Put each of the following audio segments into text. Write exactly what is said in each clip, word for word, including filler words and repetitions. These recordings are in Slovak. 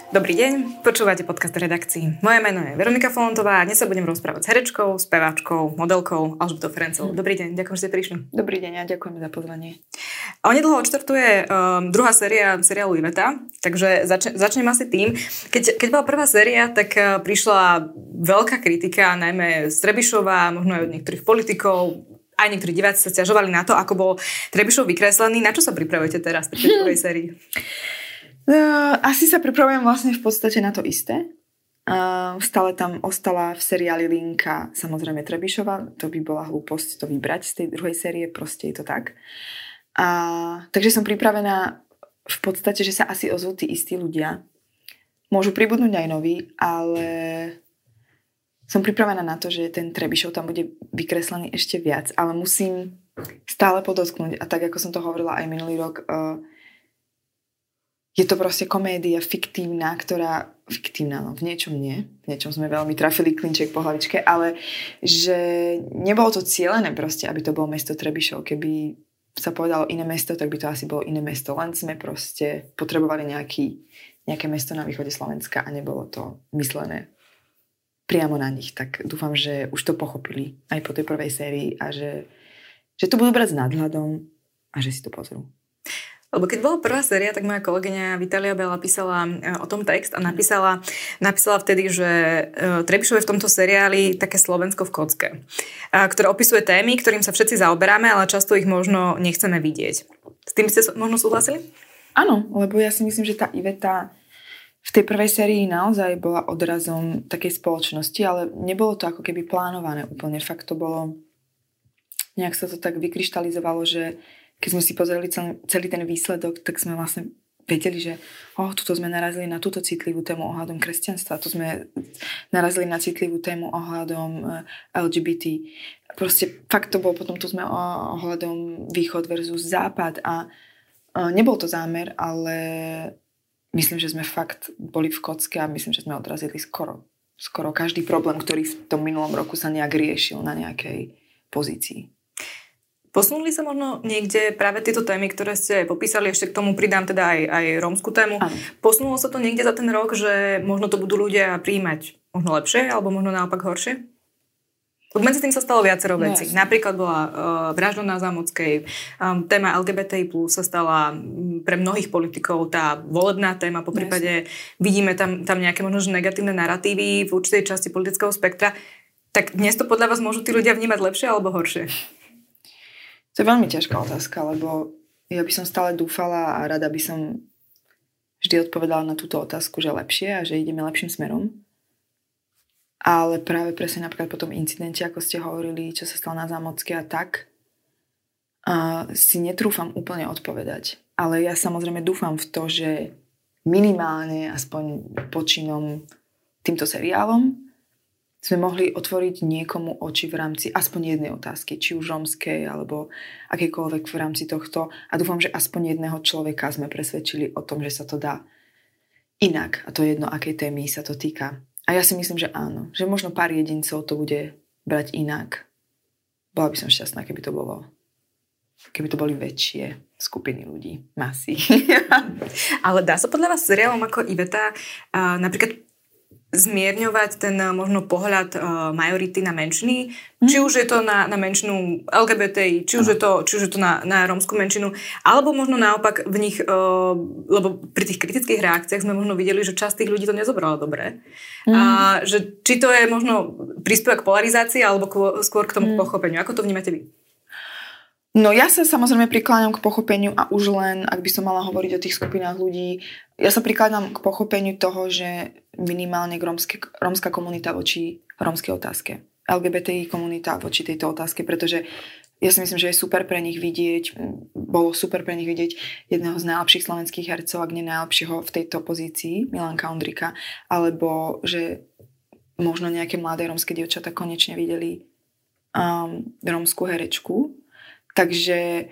Dobrý deň, počúvate podcast Redakcií. Moje meno je Veronika Folontová a dnes sa budem rozprávať s herečkou, speváčkou, modelkou Alžbetou Ferencovou. Dobrý deň, ďakujem, že ste prišli. Dobrý deň a ďakujem za pozvanie. A onedlho odštartuje um, druhá séria seriálu Iveta, takže zač- začnem asi tým. Keď, keď bola prvá séria, tak uh, prišla veľká kritika, najmä z Trebišova, možno aj od niektorých politikov. Aj niektorí diváci sa sťažovali na to, ako bol Trebišov vykreslený. Na čo sa pripravujete teraz v tej prvej sérii? Uh, asi sa pripravujem vlastne v podstate na to isté. Uh, stále tam ostala v seriáli linka samozrejme Trebišova. To by bola hlúposť to vybrať z tej druhej série, proste je to tak. Uh, takže som pripravená v podstate, že sa asi ozvú tí istí ľudia. Môžu pribudnúť aj noví, ale som pripravená na to, že ten Trebišov tam bude vykreslený ešte viac, ale musím stále podotknúť, a tak ako som to hovorila aj minulý rok, uh, je to proste komédia fiktívna, ktorá... Fiktívna, no v niečom nie. V niečom sme veľmi trafili klinček po hlavičke, ale že nebolo to cielené proste, aby to bolo mesto Trebišov. Keby sa povedalo iné mesto, tak by to asi bolo iné mesto. Len sme proste potrebovali nejaký, nejaké mesto na východe Slovenska a nebolo to myslené priamo na nich. Tak dúfam, že už to pochopili aj po tej prvej sérii a že, že to budú brať s nadhľadom a že si to pozrú. Lebo keď bola prvá séria, tak moja kolegyňa Vitalia Bela písala o tom text a napísala, napísala vtedy, že Trebišov je v tomto seriáli také Slovensko v kocke, ktoré opisuje témy, ktorým sa všetci zaoberáme, ale často ich možno nechceme vidieť. S tým ste možno súhlasili? Áno, lebo ja si myslím, že tá Iveta v tej prvej sérii naozaj bola odrazom takej spoločnosti, ale nebolo to ako keby plánované úplne. Fakt to bolo, nejak sa to tak vykryštalizovalo, že keď sme si pozreli celý, celý ten výsledok, tak sme vlastne vedeli, že oh, tuto sme narazili na túto citlivú tému ohľadom kresťanstva, tu sme narazili na citlivú tému ohľadom el gé bé té. Proste fakt to bolo, potom tu sme ohľadom východ versus západ a nebol to zámer, ale myslím, že sme fakt boli v kocke a myslím, že sme odrazili skoro, skoro každý problém, ktorý v tom minulom roku sa nejak riešil na nejakej pozícii. Posunuli sa možno niekde práve tieto témy, ktoré ste popísali, ešte k tomu pridám teda aj, aj rómsku tému. Ano. Posunulo sa to niekde za ten rok, že možno to budú ľudia prijímať možno lepšie, alebo možno naopak horšie? Medzi tým sa stalo viacero vecí. No, napríklad bola uh, vražda na Zámockej, um, téma el gé bé té í plus sa stala um, pre mnohých politikov tá volebná téma, po prípade vidíme tam, tam nejaké možno negatívne naratívy v určitej časti politického spektra. Tak dnes to podľa vás môžu tí ľudia vnímať lepšie alebo horšie? To je veľmi ťažká otázka, lebo ja by som stále dúfala a rada by som vždy odpovedala na túto otázku, že lepšie a že ideme lepším smerom. Ale práve presne napríklad po tom incidente, ako ste hovorili, čo sa stalo na Zámockej a tak, a si netrúfam úplne odpovedať. Ale ja samozrejme dúfam v to, že minimálne aspoň počinom týmto seriálom sme mohli otvoriť niekomu oči v rámci aspoň jednej otázky, či už rómskej, alebo akejkoľvek v rámci tohto. A dúfam, že aspoň jedného človeka sme presvedčili o tom, že sa to dá inak. A to je jedno, akej témy sa to týka. A ja si myslím, že áno. Že možno pár jedincov to bude brať inak. Bola by som šťastná, keby to bolo, keby to boli väčšie skupiny ľudí, masy. Ale dá sa podľa vás seriálom ako Iveta uh, napríklad zmierňovať ten možno pohľad uh, majority na menšiny, mm. či už je to na, na menšinu el gé bé té í, či už je to, či už je to na, na rómsku menšinu, alebo možno naopak v nich, uh, lebo pri tých kritických reakciách sme možno videli, že časť tých ľudí to nezobrala dobre. Mm. A že či to je možno príspevok k polarizácii, alebo k, skôr k tomu mm. pochopeniu. Ako to vnímate vy? No ja sa samozrejme prikláňam k pochopeniu a už len, ak by som mala hovoriť o tých skupinách ľudí, ja sa prikláňam k pochopeniu toho, že minimálne rómske, rómska komunita voči rómskej otázke, el gé bé té í komunita voči tejto otázke, pretože ja si myslím, že je super pre nich vidieť, bolo super pre nich vidieť jedného z najlepších slovenských hercov, ak nie najlepšieho v tejto pozícii, Milanka Ondrika, alebo že možno nejaké mladé rómske dievčatá konečne videli um, rómsku herečku. Takže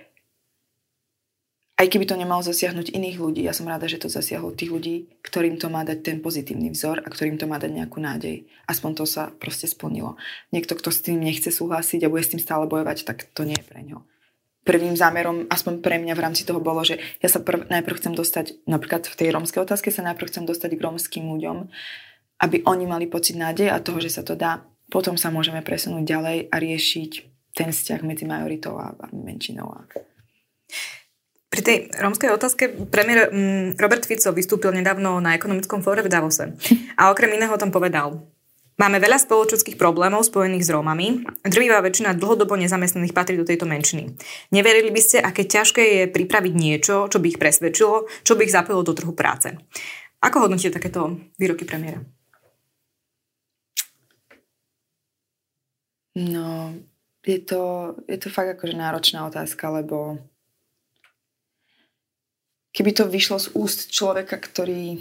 aj keby to nemalo zasiahnuť iných ľudí, ja som rada, že to zasiahlo tých ľudí, ktorým to má dať ten pozitívny vzor a ktorým to má dať nejakú nádej. Aspoň to sa proste splnilo. Niekto, kto s tým nechce súhlasiť a bude s tým stále bojovať, tak to nie je pre ňo. prvým zámerom, aspoň pre mňa v rámci toho bolo, že ja sa prv, najprv chcem dostať, napríklad v tej rómskej otázke sa najprv chcem dostať k rómskym ľuďom, aby oni mali pocit nádeje a toho, že sa to dá. Potom sa môžeme presunúť ďalej a riešiť ten vzťah medzi majoritou a menšinou. Pri tej rómskej otázke premiér Robert Fico vystúpil nedávno na ekonomickom fóre v Davose a okrem iného tam povedal: máme veľa spoločenských problémov spojených s Rómami. Drvivá väčšina dlhodobo nezamestnaných patrí do tejto menšiny. Neverili by ste, aké ťažké je pripraviť niečo, čo by ich presvedčilo, čo by ich zapojilo do trhu práce. Ako hodnotíte takéto výroky premiéra? No, je to, je to fakt akože náročná otázka, lebo keby to vyšlo z úst človeka, ktorý...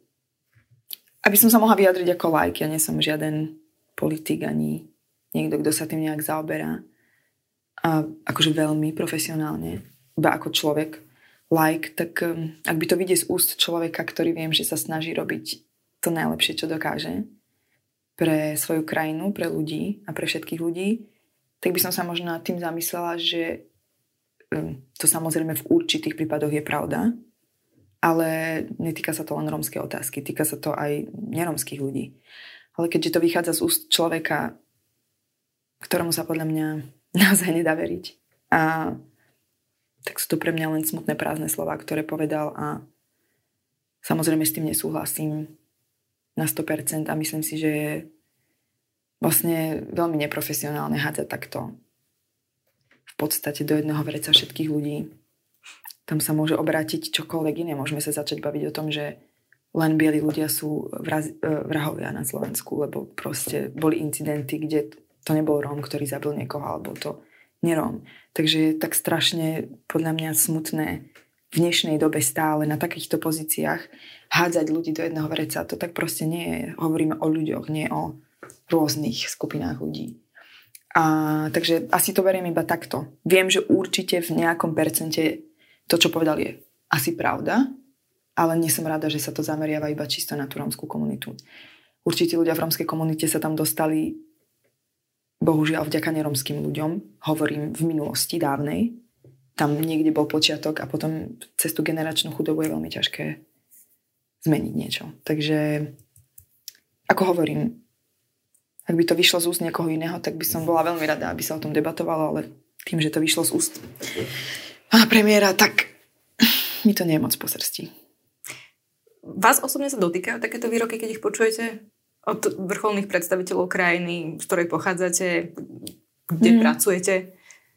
Aby som sa mohla vyjadriť ako laik, ja nie som žiaden politik ani niekto, kto sa tým nejak zaoberá. A akože veľmi profesionálne, iba ako človek, laik, tak um, ak by to vidie z úst človeka, ktorý viem, že sa snaží robiť to najlepšie, čo dokáže pre svoju krajinu, pre ľudí a pre všetkých ľudí, tak by som sa možno nad tým zamyslela, že um, to samozrejme v určitých prípadoch je pravda, ale netýka sa to len rómskej otázky, týka sa to aj nerómskych ľudí. Ale keďže to vychádza z úst človeka, ktorému sa podľa mňa naozaj nedá veriť, a tak sú to pre mňa len smutné prázdne slová, ktoré povedal a samozrejme s tým nesúhlasím na sto percent a myslím si, že je vlastne veľmi neprofesionálne hádzať takto v podstate do jedného vreca všetkých ľudí. Tam sa môže obrátiť čokoľvek iné. Môžeme sa začať baviť o tom, že len bieli ľudia sú vraz, vrahovia na Slovensku, lebo proste boli incidenty, kde to nebol Róm, ktorý zabil niekoho, alebo to neróm. Takže je tak strašne podľa mňa smutné v dnešnej dobe stále na takýchto pozíciách hádzať ľudí do jedného vreca. To tak proste nie je. Hovoríme o ľuďoch, nie o rôznych skupinách ľudí. A takže asi to beriem iba takto. Viem, že určite v nejakom percente to, čo povedal, je asi pravda, ale nie som rada, že sa to zameriava iba čisto na tú rómskú komunitu. Určite ľudia v rómskej komunite sa tam dostali bohužiaľ vďaka nerómskym ľuďom, hovorím v minulosti dávnej. Tam niekde bol počiatok a potom cez tú generačnú chudobu je veľmi ťažké zmeniť niečo. Takže ako hovorím, ak by to vyšlo z úst niekoho iného, tak by som bola veľmi rada, aby sa o tom debatovalo, ale tým, že to vyšlo z úst pána premiéra, tak mi to nie je moc po srsti. Vás osobne sa dotýkajú takéto výroky, keď ich počujete od vrcholných predstaviteľov krajiny, z ktorej pochádzate, kde mm. pracujete?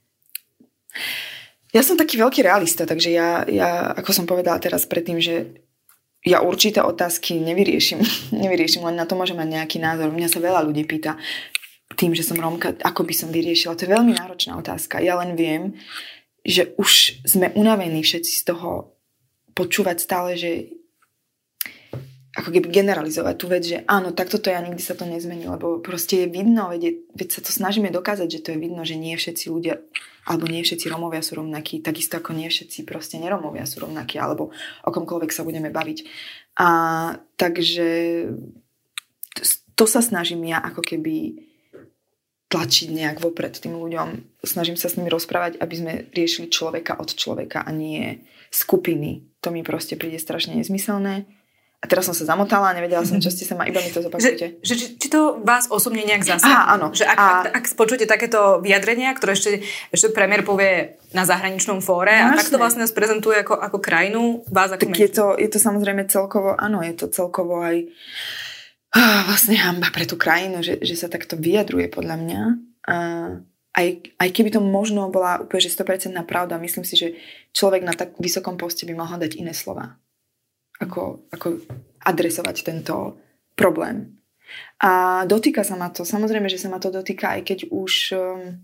Ja som taký veľký realista, takže ja, ja, ako som povedala teraz predtým, že ja určité otázky nevyriešim. nevyriešim, len na to môžem mať nejaký názor. Mňa sa veľa ľudí pýta tým, že som Rómka, ako by som vyriešila. To je veľmi náročná otázka. Ja len viem, že už sme unavení všetci z toho počúvať stále, že ako keby generalizovať tú vec, že áno, takto to je a nikdy sa to nezmení, lebo proste je vidno, veď, je, veď sa to snažíme dokázať, že to je vidno, že nie všetci ľudia, alebo nie všetci Rómovia sú rovnakí, takisto ako nie všetci proste nerómovia sú rovnakí, alebo o komkoľvek sa budeme baviť. A takže to, to sa snažím ja ako keby tlačiť nejak vopred tým ľuďom. Snažím sa s nimi rozprávať, aby sme riešili človeka od človeka a nie skupiny. To mi proste príde strašne nezmyselné. A teraz som sa zamotala a nevedela som, čo ste sa ma, iba mi to zopakujte. Že, že, či, či to vás osobne nejak zasiahne? Aha, áno. Že ak, a... ak, ak počujete takéto vyjadrenia, ktoré ešte, ešte premiér povie na zahraničnom fóre no, a takto vlastne nás prezentuje ako, ako krajinu, vás ako tak je to, je to samozrejme celkovo, áno, je to celkovo aj oh, vlastne hanba pre tú krajinu, že, že sa takto vyjadruje podľa mňa. A aj, aj keby to možno bola úplne že sto percent pravda, myslím si, že človek na tak vysokom poste by mohol dať iné slova. Ako, ako adresovať tento problém. A dotýka sa ma to. Samozrejme, že sa ma to dotýka, aj keď už um,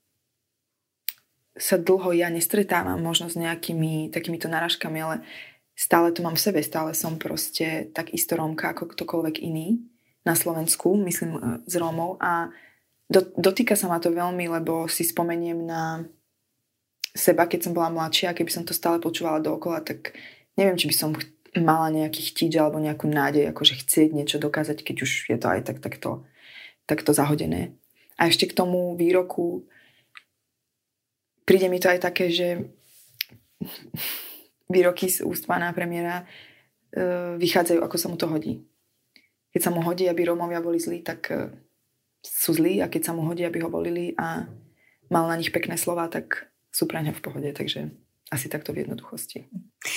sa dlho ja nestretávam možno s nejakými takýmito narážkami, ale stále to mám v sebe. Stále som proste tak isto Rómka ako ktokoľvek iný na Slovensku, myslím z Rómov. A do, dotýka sa ma to veľmi, lebo si spomeniem na seba, keď som bola mladšia, keby som to stále počúvala dookola, tak neviem, či by som mala nejaký chtič alebo nejakú nádej, akože chcieť niečo dokázať, keď už je to aj tak takto, takto zahodené. A ešte k tomu výroku príde mi to aj také, že výroky z úst pána premiéra uh, vychádzajú, ako sa mu to hodí. Keď sa mu hodí, aby Rómovia boli zlí, tak uh, sú zlí, a keď sa mu hodí, aby ho volili a mal na nich pekné slova, tak sú pre ňa v pohode. Takže asi takto v jednoduchosti.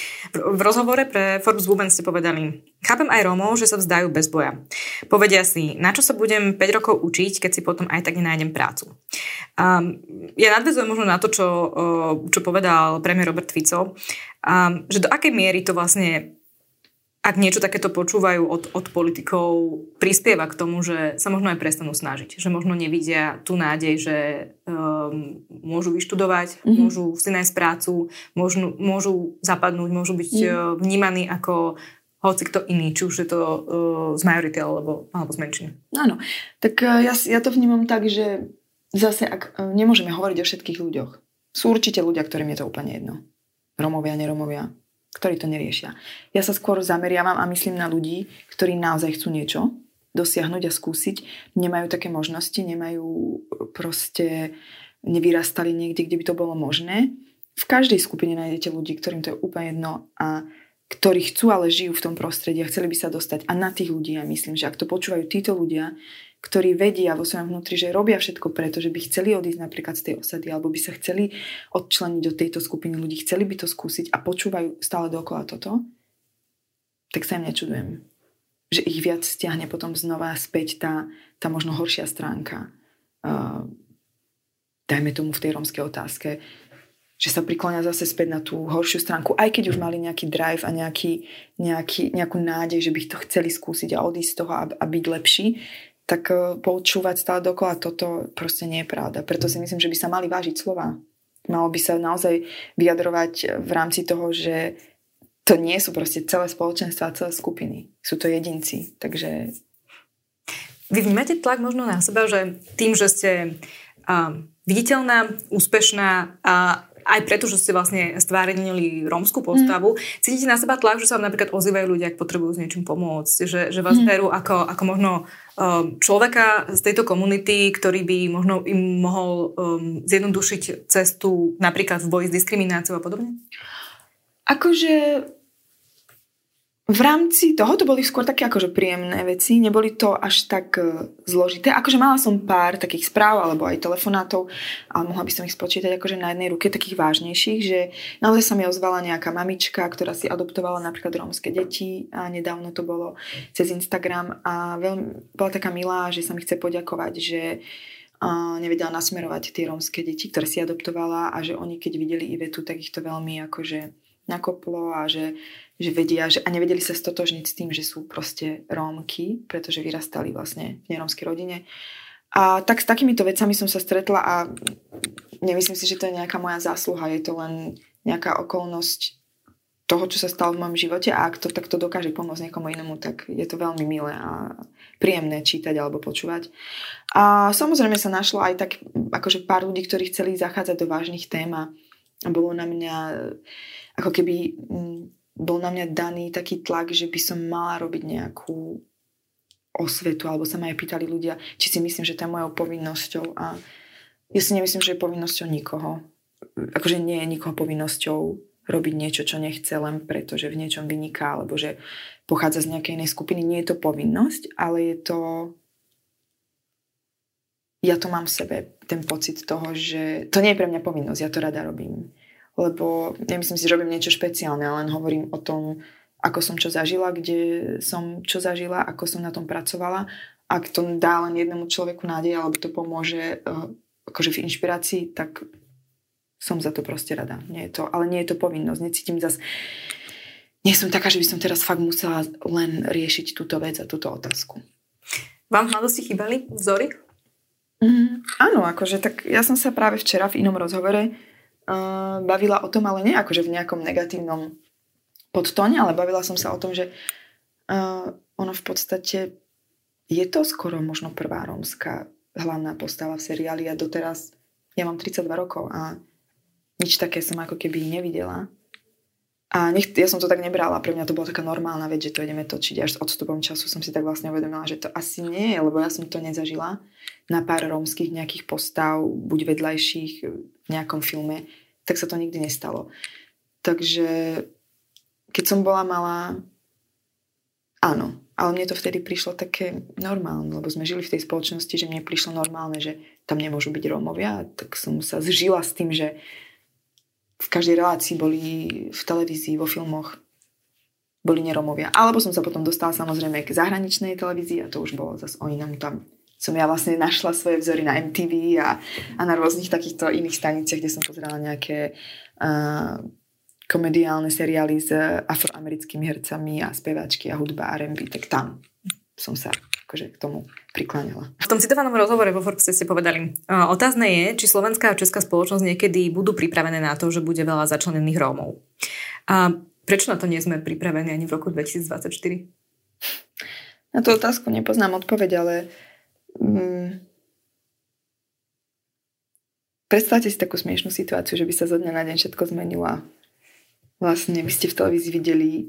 V rozhovore pre Forbes Women ste povedali: chápem aj Rómov, že sa vzdajú bez boja. Povedia si, na čo sa budem päť rokov učiť, keď si potom aj tak nenájdem prácu. Um, ja nadväzujem možno na to, čo, čo povedal premiér Robert Fico, um, že do akej miery to vlastne, ak niečo takéto počúvajú od, od politikov, prispieva k tomu, že sa možno aj prestanú snažiť. Že možno nevidia tú nádej, že um, môžu vyštudovať, mm-hmm. môžu si nájsť prácu, môžu, môžu zapadnúť, môžu byť mm. uh, vnímaní ako hoci kto iný, či už je to uh, z majority alebo, alebo z menšiny. Áno, tak uh, ja, ja to vnímam tak, že zase ak, uh, nemôžeme hovoriť o všetkých ľuďoch. Sú určite ľudia, ktorým je to úplne jedno. Rómovia, nerómovia, ktorí to neriešia. Ja sa skôr zameriavam a myslím na ľudí, ktorí naozaj chcú niečo dosiahnuť a skúsiť. Nemajú také možnosti, nemajú proste, nevyrastali niekde, kde by to bolo možné. V každej skupine nájdete ľudí, ktorým to je úplne jedno a ktorí chcú, ale žijú v tom prostredí a chceli by sa dostať. A na tých ľudí ja myslím, že ak to počúvajú títo ľudia, ktorí vedia vo svojom vnútri, že robia všetko preto, že by chceli odísť napríklad z tej osady, alebo by sa chceli odčleniť do tejto skupiny ľudí, chceli by to skúsiť a počúvajú stále dookola toto, tak sa im nečudujem. Že ich viac stiahne potom znova späť tá, tá možno horšia stránka. Uh, dajme tomu v tej rómskej otázke, že sa prikláňa zase späť na tú horšiu stránku, aj keď už mali nejaký drive a nejaký, nejaký, nejakú nádej, že by to chceli skúsiť a odísť z toho a, a byť lepší, tak počúvať stále dokola toto proste nie je pravda. Preto si myslím, že by sa mali vážiť slova. Malo by sa naozaj vyjadrovať v rámci toho, že to nie sú proste celé spoločenstva, celé skupiny. Sú to jedinci. Takže... Vy vnímate tlak možno na seba, že tým, že ste um, viditeľná, úspešná a aj preto, že ste vlastne stvárnili rómsku postavu, mm. cítite na seba tlak, že sa vám napríklad ozývajú ľudia, ak potrebujú s niečím pomôcť, že, že vás mm. berú ako, ako možno um, človeka z tejto komunity, ktorý by možno im mohol um, zjednodušiť cestu napríklad v boji s diskrimináciou a podobne? Akože v rámci toho to boli skôr také akože príjemné veci, neboli to až tak uh, zložité. Akože mala som pár takých správ alebo aj telefonátov a mohla by som ich spočítať akože na jednej ruke takých vážnejších, že naozaj sa mi ozvala nejaká mamička, ktorá si adoptovala napríklad rómske deti a nedávno to bolo cez Instagram a veľmi, bola taká milá, že sa mi chce poďakovať, že uh, nevedela nasmerovať tie rómske deti, ktoré si adoptovala a že oni keď videli Ivetu, tak ich to veľmi akože nakoplo a že že vedia, že, a nevedeli sa stotožniť s tým, že sú proste Rómky, pretože vyrastali vlastne v nerómskej rodine. A tak s takýmito vecami som sa stretla a nemyslím si, že to je nejaká moja zásluha, je to len nejaká okolnosť toho, čo sa stalo v mojom živote a ak to takto dokáže pomôcť niekomu inému, tak je to veľmi milé a príjemné čítať alebo počúvať. A samozrejme sa našlo aj tak akože pár ľudí, ktorí chceli zachádzať do vážnych tém a bolo na mňa ako keby... bol na mňa daný taký tlak, že by som mala robiť nejakú osvetu, alebo sa ma aj pýtali ľudia, či si myslím, že to je mojou povinnosťou a ja si nemyslím, že je povinnosťou nikoho. Akože nie je nikoho povinnosťou robiť niečo, čo nechce len preto, že v niečom vyniká, alebo že pochádza z nejakej inej skupiny. Nie je to povinnosť, ale je to... Ja to mám v sebe, ten pocit toho, že to nie je pre mňa povinnosť, ja to rada robím. Lebo nemyslím si, že robím niečo špeciálne, len hovorím o tom, ako som čo zažila, kde som čo zažila, ako som na tom pracovala. Ak to dá len jednému človeku nádej, alebo to pomôže uh, akože v inšpirácii, tak som za to proste rada. Nie je to, ale nie je to povinnosť. Necítim zas... Nie som taká, že by som teraz fakt musela len riešiť túto vec a túto otázku. Vám v mladosti chýbali vzory? Mm, áno, akože tak ja som sa práve včera v inom rozhovore Uh, bavila o tom, ale nie akože v nejakom negatívnom podtóne, ale bavila som sa o tom, že uh, ono v podstate je to skoro možno prvá rómska hlavná postava v seriáli a doteraz ja mám tridsaťdva rokov a nič také som ako keby nevidela. A nech, ja som to tak nebrala, pre mňa to bola taká normálna vec, že to ideme točiť. Až s odstupom času som si tak vlastne uvedomila, že to asi nie je, lebo ja som to nezažila na pár rómskych nejakých postav, buď vedľajších v nejakom filme, tak sa to nikdy nestalo. Takže keď som bola malá, áno, ale mne to vtedy prišlo také normálne, lebo sme žili v tej spoločnosti, že mne prišlo normálne, že tam nemôžu byť Rómovia, tak som sa zžila s tým, že v každej relácii boli v televízii, vo filmoch boli nerómovia. Alebo som sa potom dostala samozrejme k zahraničnej televízii a to už bolo zase o inom. Tam som ja vlastne našla svoje vzory na em té vé a, a na rôznych takýchto iných staniciach, kde som pozerala nejaké uh, komediálne seriály s afroamerickými hercami a speváčky a hudba er end bí, tak tam som sa akože k tomu prikláňala. V tom citovanom rozhovore vo Forbes ste povedali, otázne je, či slovenská a česká spoločnosť niekedy budú pripravené na to, že bude veľa začlenených Rómov. A prečo na to nie sme pripravení ani v roku dvetisícdvadsaťštyri? Na tú otázku nepoznám odpoveď, ale mm, predstavte si takú smiešnú situáciu, že by sa zo dňa na deň všetko zmenilo a vlastne vy ste v televízii videli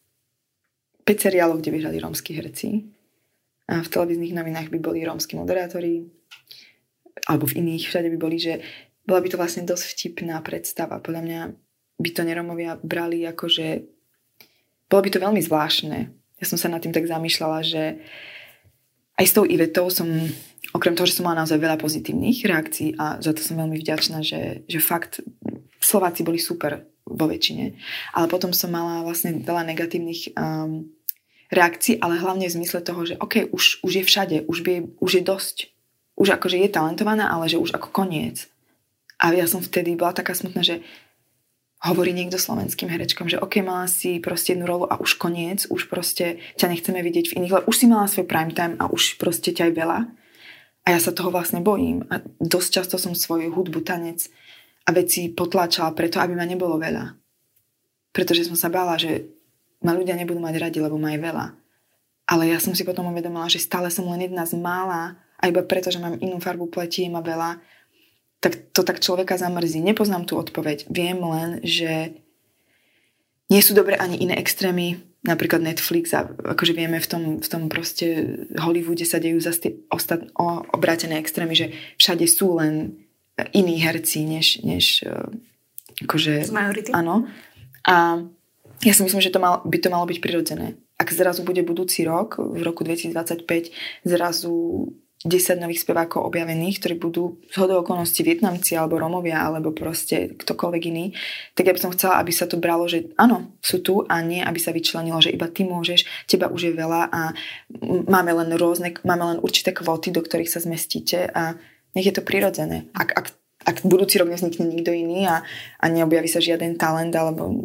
päť seriálov, kde by hrali rómski herci. A v televíznych novinách by boli rómski moderátori, alebo v iných všade by boli, že bola by to vlastne dosť vtipná predstava. Podľa mňa by to nerómovia brali ako, že bolo by to veľmi zvláštne. Ja som sa nad tým tak zamýšľala, že aj s tou Ivetou som, okrem toho, že som mala naozaj veľa pozitívnych reakcií a za to som veľmi vďačná, že, že fakt Slováci boli super vo väčšine. Ale potom som mala vlastne veľa negatívnych um, reakcií, ale hlavne v zmysle toho, že OK, už, už je všade, už, by, už je dosť. Už akože je talentovaná, ale že už ako koniec. A ja som vtedy bola taká smutná, že hovorí niekto slovenským herečkom, že OK, mala si proste jednu rolu a už koniec, už proste ťa nechceme vidieť v iných, lebo už si mala svoj prime time a už proste ťa je veľa. A ja sa toho vlastne bojím. A dosť často som svoju hudbu, tanec a veci potláčala preto, aby ma nebolo veľa. Pretože som sa bála, že ma ľudia nebudú mať radi, lebo ma je veľa. Ale ja som si potom uvedomila, že stále som len jedna z mála a iba preto, že mám inú farbu pleti, je ma veľa, tak to tak človeka zamrzí. Nepoznám tú odpoveď. Viem len, že nie sú dobré ani iné extrémy, napríklad Netflix a akože vieme v tom, v tom proste Hollywoode sa dejú zase tie ostat, o, obrátené extrémy, že všade sú len iní herci, než, než akože... Z majority? Áno. A ja si myslím, že to mal, by to malo byť prirodzené. Ak zrazu bude budúci rok, v roku dvetisícdvadsaťpäť, zrazu desať nových spevákov objavených, ktorí budú zhodou okolností Vietnamci alebo Rómovia alebo proste ktokoľvek iný, tak ja by som chcela, aby sa to bralo, že áno, sú tu a nie, aby sa vyčlenilo, že iba ty môžeš, teba už je veľa a máme len rôzne, máme len určité kvóty, do ktorých sa zmestíte a nech je to prirodzené. Ak, ak, ak budúci rok nevznikne nikto iný a, a neobjaví sa žiaden talent alebo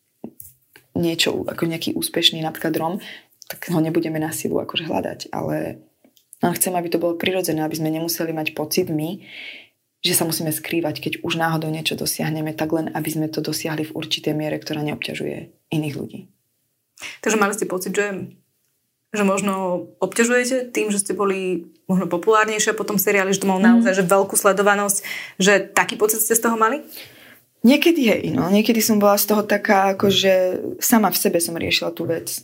niečo ako nejaký úspešný napríklad Róm, tak ho nebudeme na silu akože hľadať, ale chcem, aby to bolo prirodzené, aby sme nemuseli mať pocit my, že sa musíme skrývať, keď už náhodou niečo dosiahneme, tak len aby sme to dosiahli v určitej miere, ktorá neobťažuje iných ľudí. Takže mali ste pocit, že, že možno obťažujete tým, že ste boli možno populárnejšie po tom seriáli, že to mal naozaj mm. že veľkú sledovanosť, že taký pocit ste z toho mali? Niekedy hej, no. Niekedy som bola z toho taká, akože sama v sebe som riešila tú vec.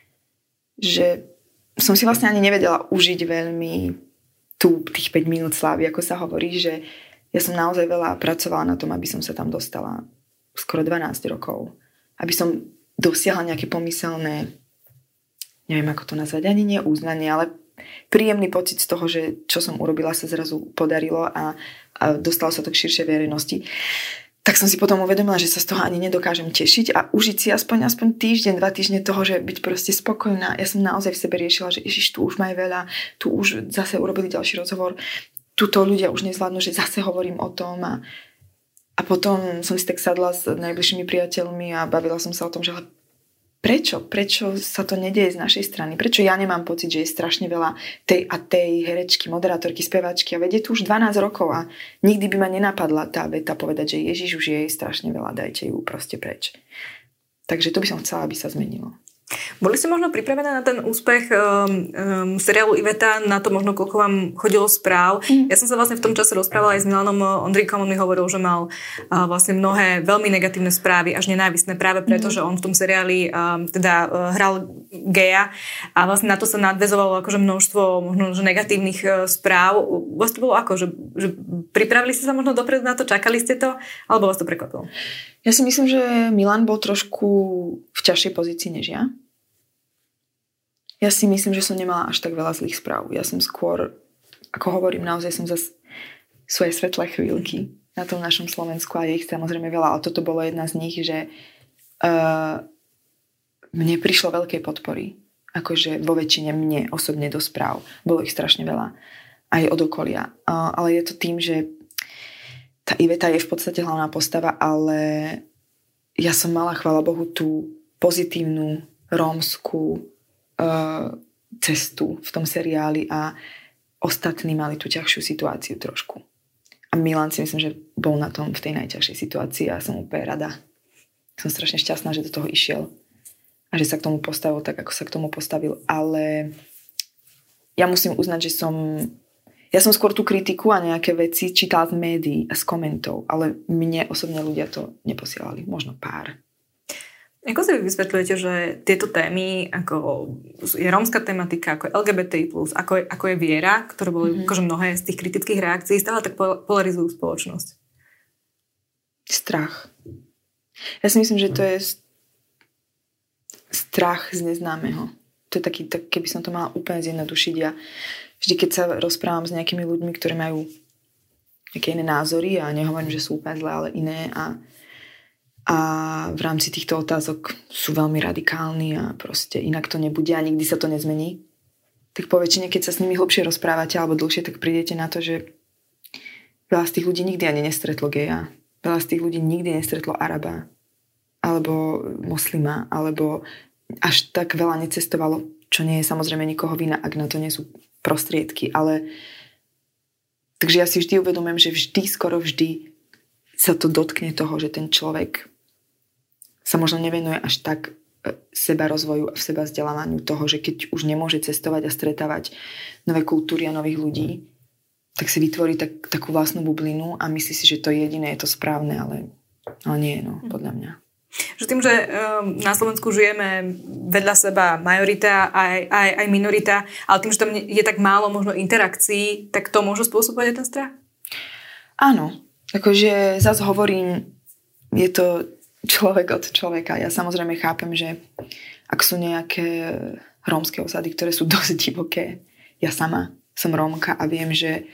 Že som si vlastne ani nevedela užiť veľmi tú, tých päť minút slávy, ako sa hovorí, že ja som naozaj veľa pracovala na tom, aby som sa tam dostala skoro dvanásť rokov. Aby som dosiahla nejaké pomyselné, neviem ako to nazvať, ani nie uznanie, ale príjemný pocit z toho, že čo som urobila sa zrazu podarilo a, a dostalo sa to k širšej verejnosti. Tak som si potom uvedomila, že sa z toho ani nedokážem tešiť a užiť si aspoň, aspoň týždeň, dva týždne toho, že byť proste spokojná. Ja som naozaj v sebe riešila, že ježiš, tu už maj veľa, tu už zase urobili ďalší rozhovor, tuto ľudia už nezvládnu, že zase hovorím o tom a, a potom som si tak sadla s najbližšími priateľmi a bavila som sa o tom, že ale prečo? Prečo sa to nedieje z našej strany? Prečo ja nemám pocit, že je strašne veľa tej a tej herečky, moderátorky, speváčky a vedie tu už dvanásť rokov a nikdy by ma nenapadla tá veta povedať, že Ježiš, už je jej strašne veľa, dajte ju proste preč. Takže to by som chcela, aby sa zmenilo. Boli ste možno pripravené na ten úspech um, um, seriálu Iveta, na to možno koľko vám chodilo správ? Mm. Ja som sa vlastne v tom čase rozprávala aj s Milanom Ondríkom, on mi hovoril, že mal uh, vlastne mnohé veľmi negatívne správy, až nenávistné, práve preto, mm. že on v tom seriáli um, teda uh, hral geja a vlastne na to sa nadväzovalo akože množstvo možno že negatívnych uh, správ. Vás to bolo ako? Že, že pripravili ste sa možno dopredu na to, čakali ste to, alebo vás to prekvapilo? Ja si myslím, že Milan bol trošku v ťažšej pozícii než ja. Ja si myslím, že som nemala až tak veľa zlých správ. Ja som skôr, ako hovorím, naozaj som za svoje svetlé chvíľky na tom našom Slovensku a je ich samozrejme veľa. A toto bolo jedna z nich, že uh, mne prišlo veľkej podpory. Akože vo väčšine mne osobne do správ. Bolo ich strašne veľa. Aj od okolia. Uh, ale je to tým, že tá Iveta je v podstate hlavná postava, ale ja som mala, chvála Bohu, tú pozitívnu rómsku cestu v tom seriáli a ostatní mali tú ťažšiu situáciu trošku. A Milan si myslím, že bol na tom v tej najťažšej situácii a som úplne rada. Som strašne šťastná, že do toho išiel a že sa k tomu postavil tak, ako sa k tomu postavil. Ale ja musím uznať, že som ja som skôr tú kritiku a nejaké veci čítala z médií a z komentov, ale mne osobne ľudia to neposielali. Možno pár. Ako si vysvetľujete, že tieto témy, ako je rómska tematika, ako je el gé bé té í plus, ako je, ako je viera, ktoré boli mm-hmm. akože mnohé z tých kritických reakcií, stále tak polarizujú spoločnosť? Strach. Ja si myslím, že to je strach z neznámeho. To je taký, tak, keby som to mala úplne zjednodušiť. Ja vždy, keď sa rozprávam s nejakými ľuďmi, ktorí majú nejaké iné názory a nehovorím, že sú úplne zlé, ale iné a a v rámci týchto otázok sú veľmi radikálni a proste inak to nebude a nikdy sa to nezmení. Tak po väčšine, keď sa s nimi hlbšie rozprávate alebo dlhšie, tak prídete na to, že veľa z tých ľudí nikdy ani nestretlo geja. Veľa z tých ľudí nikdy nestretlo Araba alebo moslima alebo až tak veľa necestovalo, čo nie je samozrejme nikoho vina, ak na to nie sú prostriedky, ale takže ja si vždy uvedomujem, že vždy, skoro vždy sa to dotkne toho, že ten človek sa možno nevenuje až tak seba rozvoju a seba vzdelávaniu toho, že keď už nemôže cestovať a stretávať nové kultúry a nových ľudí, tak si vytvorí tak, takú vlastnú bublinu a myslí si, že to je jediné, je to správne, ale, ale nie, no, podľa mňa. Že tým, že um, na Slovensku žijeme vedľa seba majorita aj, aj, aj minorita, ale tým, že tam je tak málo možno interakcií, tak to môže spôsobovať aj ten strach? Áno. Akože zase hovorím, je to človek od človeka. Ja samozrejme chápem, že ak sú nejaké rómske osady, ktoré sú dosť divoké, ja sama som Rómka a viem, že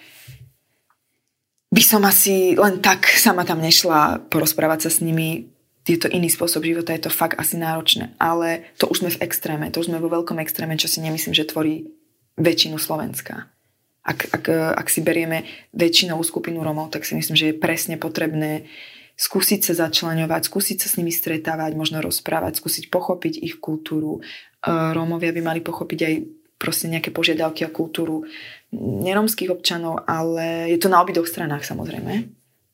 by som asi len tak sama tam nešla porozprávať sa s nimi. Je to iný spôsob života, je to fakt asi náročné. Ale to už sme v extréme, to už sme vo veľkom extréme, čo si nemyslím, že tvorí väčšinu Slovenska. Ak, ak, ak si berieme väčšinovú skupinu Rómov, tak si myslím, že je presne potrebné skúsiť sa začleňovať, skúsiť sa s nimi stretávať, možno rozprávať, skúsiť pochopiť ich kultúru. Rómovia by mali pochopiť aj proste nejaké požiadavky a kultúru nerómskych občanov, ale je to na obidvoch stranách samozrejme.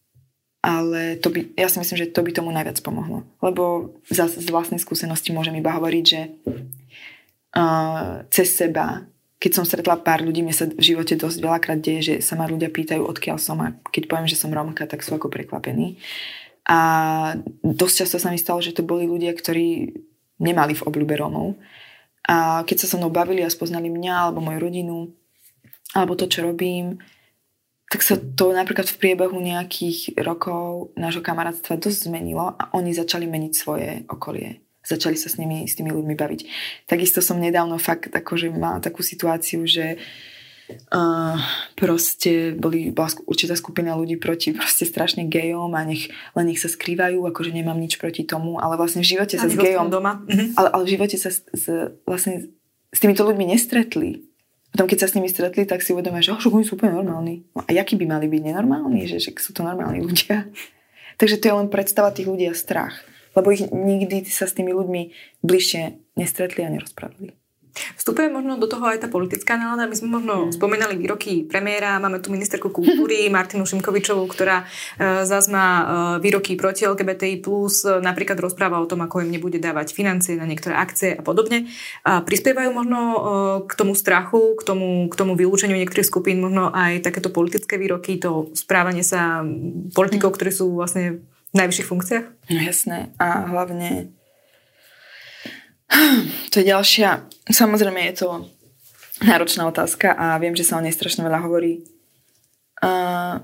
Ale to by, ja si myslím, že to by tomu najviac pomohlo. Lebo zase z vlastnej skúsenosti môžem iba hovoriť, že uh, cez seba, keď som stretla pár ľudí, mne sa v živote dosť veľakrát deje, že sa ma ľudia pýtajú, odkiaľ som, a keď poviem, že som Rómka, tak sú ako prekvapení. A dosť často sa mi stalo, že to boli ľudia, ktorí nemali v obľúbe Rómov. A keď sa so mnou bavili a spoznali mňa, alebo moju rodinu, alebo to, čo robím, tak sa to napríklad v priebehu nejakých rokov nášho kamarátstva dosť zmenilo a oni začali meniť svoje okolie. Začali sa s nimi, s tými ľuďmi baviť. Takisto som nedávno fakt akože mala takú situáciu, že uh, proste boli, bola určitá skupina ľudí proti proste strašne gejom a nech, len nech sa skrývajú, akože nemám nič proti tomu, ale vlastne v živote sa s gejom doma. Ale, ale v živote sa s, s, vlastne s týmito ľuďmi nestretli. Potom keď sa s nimi stretli, tak si uvedomia, že, oh, že oni sú úplne normálni. No a jakí by mali byť nenormálni? Že, že sú to normálni ľudia. Takže to je len predstava tých ľudí a strach. Lebo ich nikdy sa s tými ľuďmi bližšie nestretli a nerozprávali. Vstupuje možno do toho aj tá politická nálada. My sme možno mm. spomínali výroky premiéra, máme tu ministerku kultúry Martinu Šimkovičovú, ktorá e, zás má e, výroky proti el gé bé té í plus, e, napríklad rozpráva o tom, ako im nebude dávať financie na niektoré akcie a podobne. A prispievajú možno e, k tomu strachu, k tomu, k tomu vylúčeniu niektorých skupín, možno aj takéto politické výroky, to správanie sa politikov, mm. ktorí sú vlastne v najvyšších funkciách? No jasné. A hlavne to je ďalšia, samozrejme je to náročná otázka a viem, že sa o nej strašne veľa hovorí. Uh,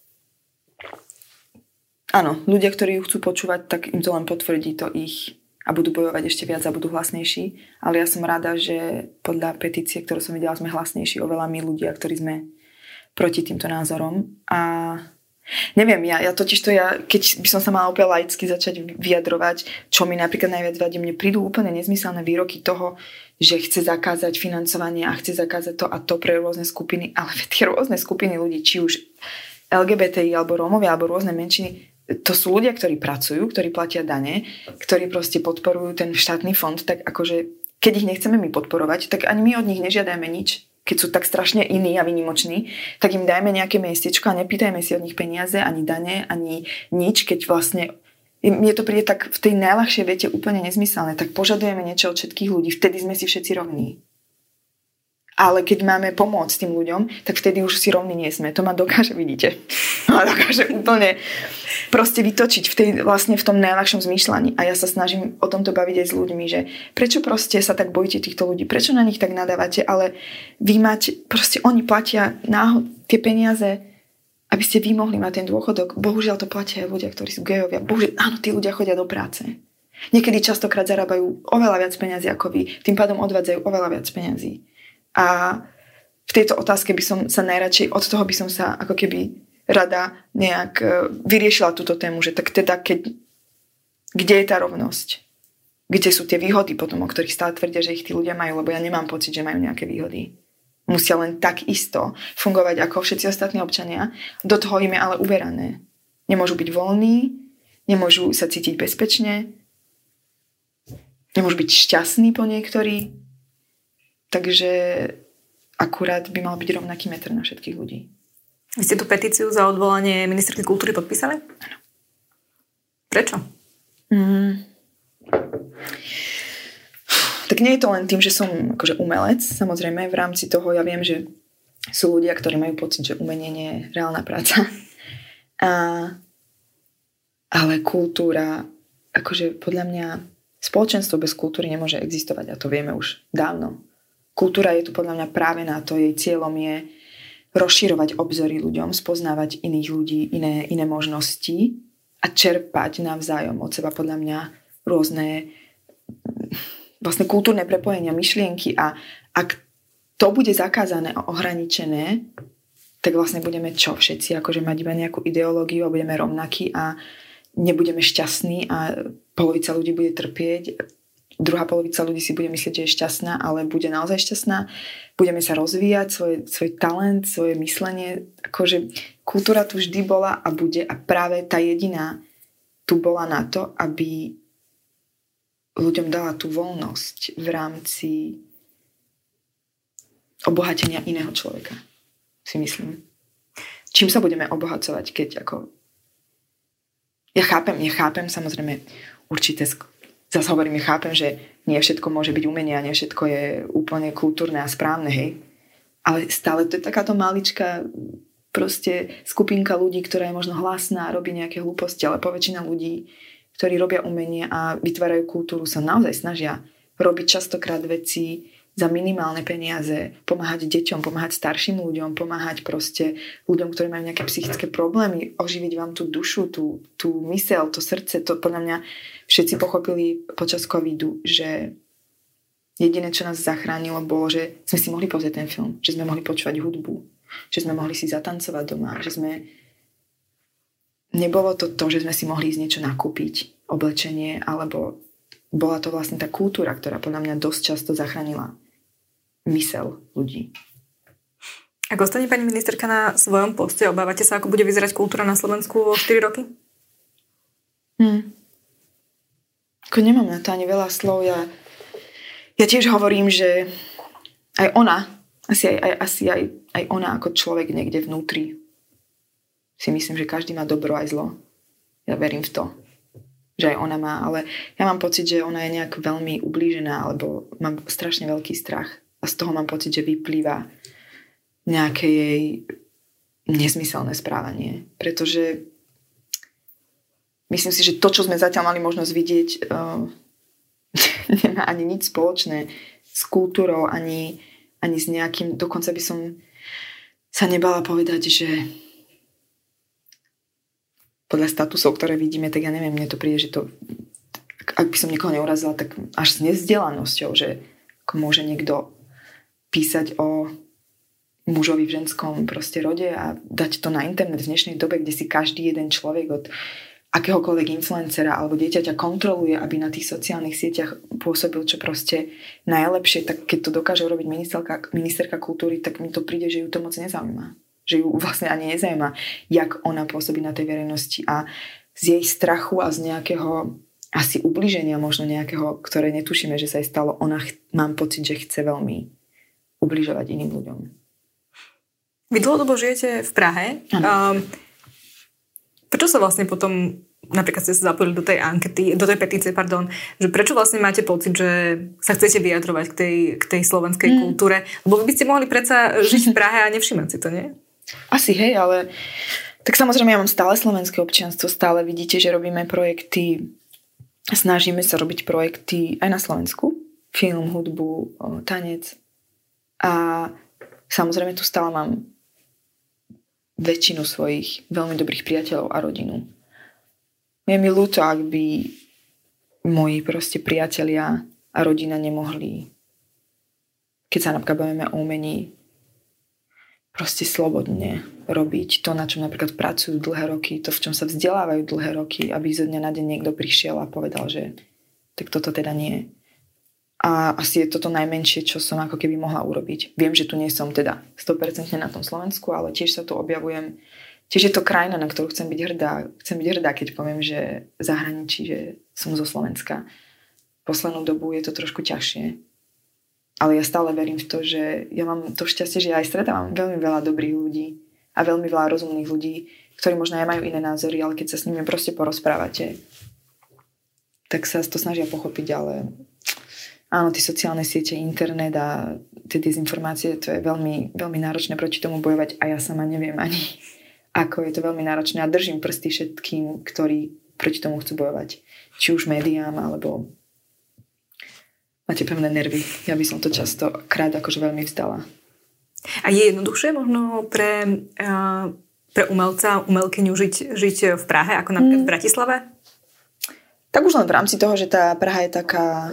áno, ľudia, ktorí ju chcú počúvať, tak im to len potvrdí to ich a budú bojovať ešte viac a budú hlasnejší. Ale ja som rada, že podľa petície, ktorú som videla, sme hlasnejší oveľa my ľudia, ktorí sme proti týmto názorom. A neviem, ja, ja totiž to, ja, keď by som sa mala opäť laicky začať vyjadrovať, čo mi napríklad najviac vadí, mne prídu úplne nezmyselné výroky toho, že chce zakázať financovanie a chce zakázať to a to pre rôzne skupiny, ale tie rôzne skupiny ľudí, či už el gé bé té í, alebo Rómovia, alebo rôzne menšiny, to sú ľudia, ktorí pracujú, ktorí platia dane, ktorí proste podporujú ten štátny fond, tak akože, keď ich nechceme my podporovať, tak ani my od nich nežiadajme nič. Keď sú tak strašne iní a výnimoční, tak im dajme nejaké miestečko a nepýtajme si od nich peniaze, ani dane, ani nič, keď vlastne mne to príde tak v tej najľahšej vete úplne nezmyselné, tak požadujeme niečo od všetkých ľudí, vtedy sme si všetci rovní. Ale keď máme pomôcť tým ľuďom, tak vtedy už si rovní nie sme. To ma dokáže, vidíte. Ma dokáže úplne proste vytočiť v, tej, vlastne v tom najľahšom zmýšľaní. A ja sa snažím o tomto baviť aj s ľuďmi, že prečo proste sa tak bojíte týchto ľudí, prečo na nich tak nadávate, ale vy máte, proste oni platia náhod, tie peniaze, aby ste vy mohli mať ten dôchodok. Bohužiaľ to platia aj ľudia, ktorí sú gejovia. Bohužiaľ, áno, tí ľudia chodia do práce. Niekedy častokrát zarábajú oveľa viac peniazy ako vy, tým pádom odvádzajú oveľa viac peniazy. A v tejto otázke by som sa najradšej, od toho by som sa ako keby rada nejak vyriešila túto tému, že tak teda, keď, kde je tá rovnosť? Kde sú tie výhody potom, o ktorých stále tvrdia, že ich tí ľudia majú, lebo ja nemám pocit, že majú nejaké výhody. Musia len tak isto fungovať ako všetci ostatní občania. Do toho im je ale uberané. Nemôžu byť voľní, nemôžu sa cítiť bezpečne, nemôžu byť šťastní po niektorí. Takže akurát by mal byť rovnaký meter na všetkých ľudí. Vy ste tú petíciu za odvolanie ministerky kultúry podpísali? Áno. Prečo? Mm. Tak nie je to len tým, že som akože umelec. Samozrejme, v rámci toho ja viem, že sú ľudia, ktorí majú pocit, že umenie nie je reálna práca. A, ale kultúra, akože podľa mňa spoločenstvo bez kultúry nemôže existovať a to vieme už dávno. Kultúra je tu podľa mňa práve na to, jej cieľom je rozširovať obzory ľuďom, spoznávať iných ľudí, iné, iné možnosti a čerpať navzájom od seba podľa mňa rôzne vlastne kultúrne prepojenia, myšlienky a ak to bude zakázané a ohraničené, tak vlastne budeme čo všetci, akože mať iba nejakú ideológiu a budeme rovnakí a nebudeme šťastní a polovica ľudí bude trpieť. Druhá polovica ľudí si bude myslieť, že je šťastná, ale bude naozaj šťastná. Budeme sa rozvíjať, svoj, svoj talent, svoje myslenie. Akože kultúra tu vždy bola a bude a práve tá jediná tu bola na to, aby ľuďom dala tú voľnosť v rámci obohatenia iného človeka. Si myslím. Čím sa budeme obohacovať, keď ako... Ja chápem, ja chápem samozrejme určité sk- Zas hovorím, ja chápem, že nie všetko môže byť umenie a nie všetko je úplne kultúrne a správne, hej. Ale stále to je takáto maličká proste skupinka ľudí, ktorá je možno hlasná a robí nejaké hlúposti, ale poväčšina ľudí, ktorí robia umenie a vytvárajú kultúru, sa naozaj snažia robiť častokrát veci za minimálne peniaze, pomáhať deťom, pomáhať starším ľuďom, pomáhať proste ľuďom, ktorí majú nejaké psychické problémy, oživiť vám tú dušu, tú, tú myseľ, to srdce. To podľa mňa všetci pochopili počas covidu, že jediné, čo nás zachránilo, bolo, že sme si mohli pozrieť ten film, že sme mohli počúvať hudbu, že sme mohli si zatancovať doma, že sme... Nebolo to to, že sme si mohli ísť niečo nakúpiť, oblečenie, alebo bola to vlastne tá kultúra, ktorá podľa mňa dosť často zachránila myseľ ľudí. Ak ostane pani ministerka na svojom poste, obávate sa, ako bude vyzerať kultúra na Slovensku o štyri roky? Hmm. Ako nemám na to ani veľa slov. Ja, ja tiež hovorím, že aj ona, asi aj, aj, asi aj, aj ona ako človek niekde vnútri si myslím, že každý má dobro aj zlo. Ja verím v to, že aj ona má, ale ja mám pocit, že ona je nejak veľmi ublížená, alebo mám strašne veľký strach a z toho mám pocit, že vyplýva nejaké jej nezmyselné správanie. Pretože myslím si, že to, čo sme zatiaľ mali možnosť vidieť, uh, nemá ani nič spoločné s kultúrou, ani, ani s nejakým, dokonca by som sa nebala povedať, že podľa statusov, ktoré vidíme, tak ja neviem, mne to príde, že to, ak by som niekoho neurazila, tak až s nevzdelanosťou, že ako môže niekto písať o mužovi v ženskom proste rode a dať to na internet v dnešnej dobe, kde si každý jeden človek od akéhokoľvek influencera alebo dieťaťa kontroluje, aby na tých sociálnych sieťach pôsobil čo proste najlepšie, tak keď to dokáže urobiť ministerka, ministerka kultúry, tak mi to príde, že ju to moc nezaujíma. Že ju vlastne ani nezaujíma, jak ona pôsobí na tej verejnosti a z jej strachu a z nejakého asi ubliženia možno nejakého, ktoré netušíme, že sa jej stalo, ona ch- mám pocit, že chce veľmi ubližovať iným ľuďom. Vy dlhodobo žijete v Prahe. Um, prečo sa vlastne potom, napríklad ste sa zapojili do tej ankety, do tej petície, pardon, že prečo vlastne máte pocit, že sa chcete vyjadrovať k tej, k tej slovenskej mm. kultúre? Lebo vy by ste mohli predsa žiť v Prahe a nevšimať si to, nie? Asi hej, ale tak samozrejme ja mám stále slovenské občianstvo, stále vidíte, že robíme projekty, snažíme sa robiť projekty aj na Slovensku, film, hudbu, tanec a samozrejme tu stále mám väčšinu svojich veľmi dobrých priateľov a rodinu. Je mi ľúto, ak by moji proste priatelia a rodina nemohli, keď sa napríklad bavíme o umení, proste slobodne robiť to, na čom napríklad pracujú dlhé roky, to, v čom sa vzdelávajú dlhé roky, aby zo dňa na deň niekto prišiel a povedal, že tak toto teda nie. A asi je toto najmenšie, čo som ako keby mohla urobiť. Viem, že tu nie som teda sto percent na tom Slovensku, ale tiež sa tu objavujem. Tiež je to krajina, na ktorú chcem byť hrdá. Chcem byť hrdá, keď poviem, že v zahraničí, že som zo Slovenska. Poslednú dobu je to trošku ťažšie. Ale ja stále verím v to, že ja mám to šťastie, že ja aj stretávam veľmi veľa dobrých ľudí a veľmi veľa rozumných ľudí, ktorí možno aj majú iné názory, ale keď sa s nimi proste porozprávate, tak sa to snažia pochopiť, ale áno, tie sociálne siete, internet a tie dezinformácie, to je veľmi, veľmi náročné proti tomu bojovať a ja sama neviem ani, ako je to veľmi náročné a držím prsty všetkým, ktorí proti tomu chcú bojovať. Či už médiám, alebo máte pevné nervy. Ja by som to často krát akože veľmi vzdala. A je jednoduchšie možno pre, uh, pre umelca, umelkyňu žiť, žiť v Prahe, ako napríklad mm. v Bratislave? Tak už len v rámci toho, že tá Praha je taká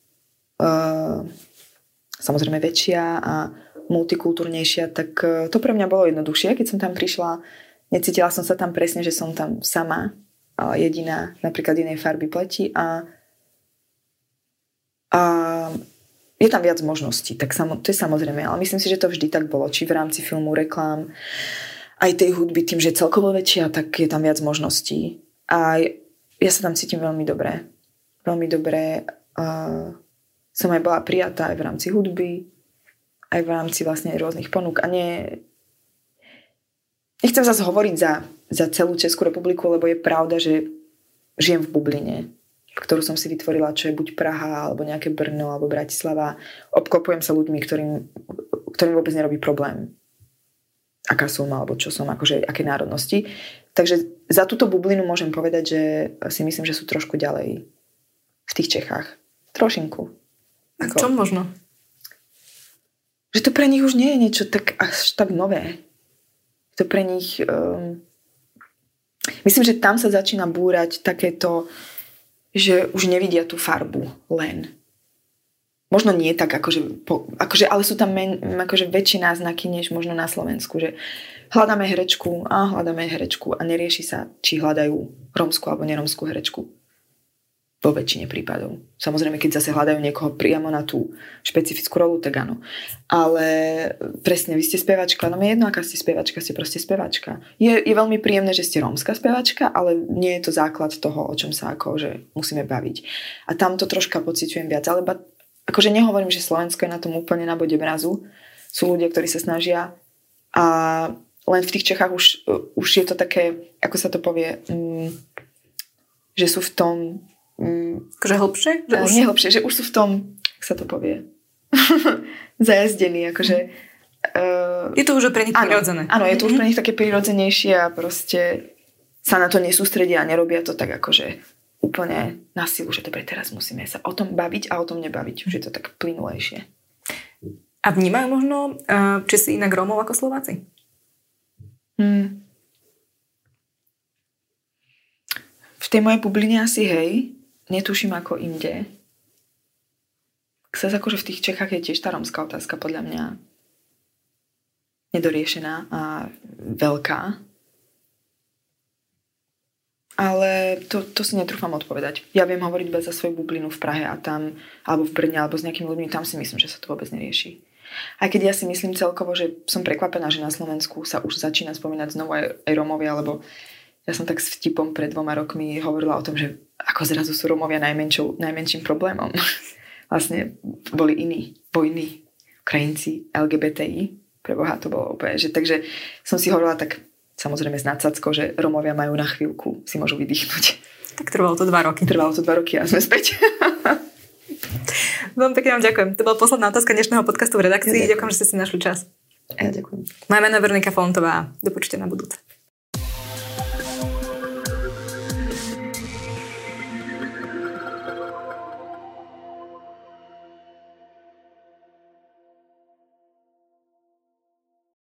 uh, samozrejme väčšia a multikultúrnejšia, tak uh, to pre mňa bolo jednoduchšie. Keď som tam prišla, necítila som sa tam presne, že som tam sama, uh, jediná, napríklad inej farby pleti a A je tam viac možností, tak samo, to je samozrejme, ale myslím si, že to vždy tak bolo, či v rámci filmu, reklám, aj tej hudby, tým, že je celkovo väčšia, tak je tam viac možností. A ja sa tam cítim veľmi dobre. Veľmi dobre. Uh, som aj bola prijatá aj v rámci hudby, aj v rámci vlastne rôznych ponúk. A nie... Nechcem zase hovoriť za, za celú Českú republiku, lebo je pravda, že žijem v bubline, ktorú som si vytvorila, čo je buď Praha, alebo nejaké Brno, alebo Bratislava. Obklopujem sa ľuďmi, ktorým, ktorým vôbec nerobí problém, aká som, alebo čo som, akože aké národnosti. Takže za túto bublinu môžem povedať, že si myslím, že sú trošku ďalej v tých Čechách. Trošinku. Ako, čo možno? Že to pre nich už nie je niečo tak, až tak nové. To pre nich... Um, myslím, že tam sa začína búrať takéto, že už nevidia tú farbu len. Možno nie tak, akože, po, akože ale sú tam men, akože väčšie náznaky, než možno na Slovensku, že hľadáme herečku a hľadáme herečku a nerieši sa, či hľadajú rómsku alebo neromskú herečku. Vo väčšine prípadov. Samozrejme, keď zase hľadajú niekoho priamo na tú špecifickú rolu, tak áno. Ale presne, vy ste spevačka, no je jedno, aká ste spevačka, ste proste spevačka. Je, je veľmi príjemné, že ste rómska spevačka, ale nie je to základ toho, o čom sa akože musíme baviť. A tam to troška pociťujem viac, ale ba, akože nehovorím, že Slovensko je na tom úplne na bode mrazu. Sú ľudia, ktorí sa snažia a len v tých Čechách už, už je to také, ako sa to povie, um, že sú v tom... Um, akože hlbšie? Že už... Nie hlbšie, že už sú v tom, ako sa to povie, zajazdení, akože... Uh, je to už pre nich prirodzené. Áno, je to už pre nich také prirodzenejšie a proste sa na to nesústredia a nerobia to tak akože úplne na silu, že dobre, teraz musíme sa o tom baviť a o tom nebaviť. Už je to tak plynulejšie. A vnímajú možno, uh, či si inak Rómov ako Slováci? Hmm. V tej mojej bubline asi hej. Netuším ako inde. Zase akože v tých Čechách je tiež tá rómska otázka podľa mňa nedoriešená a veľká. Ale to, to si netrúfam odpovedať. Ja viem hovoriť bez za svoju bublinu v Prahe a tam, alebo v Brne, alebo s nejakými ľuďmi, tam si myslím, že sa to vôbec nerieši. Aj keď ja si myslím celkovo, že som prekvapená, že na Slovensku sa už začína spomínať znovu aj, aj Rómovia, lebo ja som tak s vtipom pred dvoma rokmi hovorila o tom, že ako zrazu sú Rómovia najmenším problémom. Vlastne boli iní, vojny, Ukrajinci, el gé bé té í, preboha, to bolo úplne, že takže som si hovorila tak samozrejme s nadsackou, že Rómovia majú na chvíľku, si môžu vydýchnuť. Tak trvalo to dva roky. Trvalo to dva roky a sme späť. Veľmi pekne vám ďakujem. To bola posledná otázka dnešného podcastu v redakcii. Ja ďakujem, že ste si našli čas. Ja ďakujem. Moje meno je Veronika Folontová. Do počutia na budúce.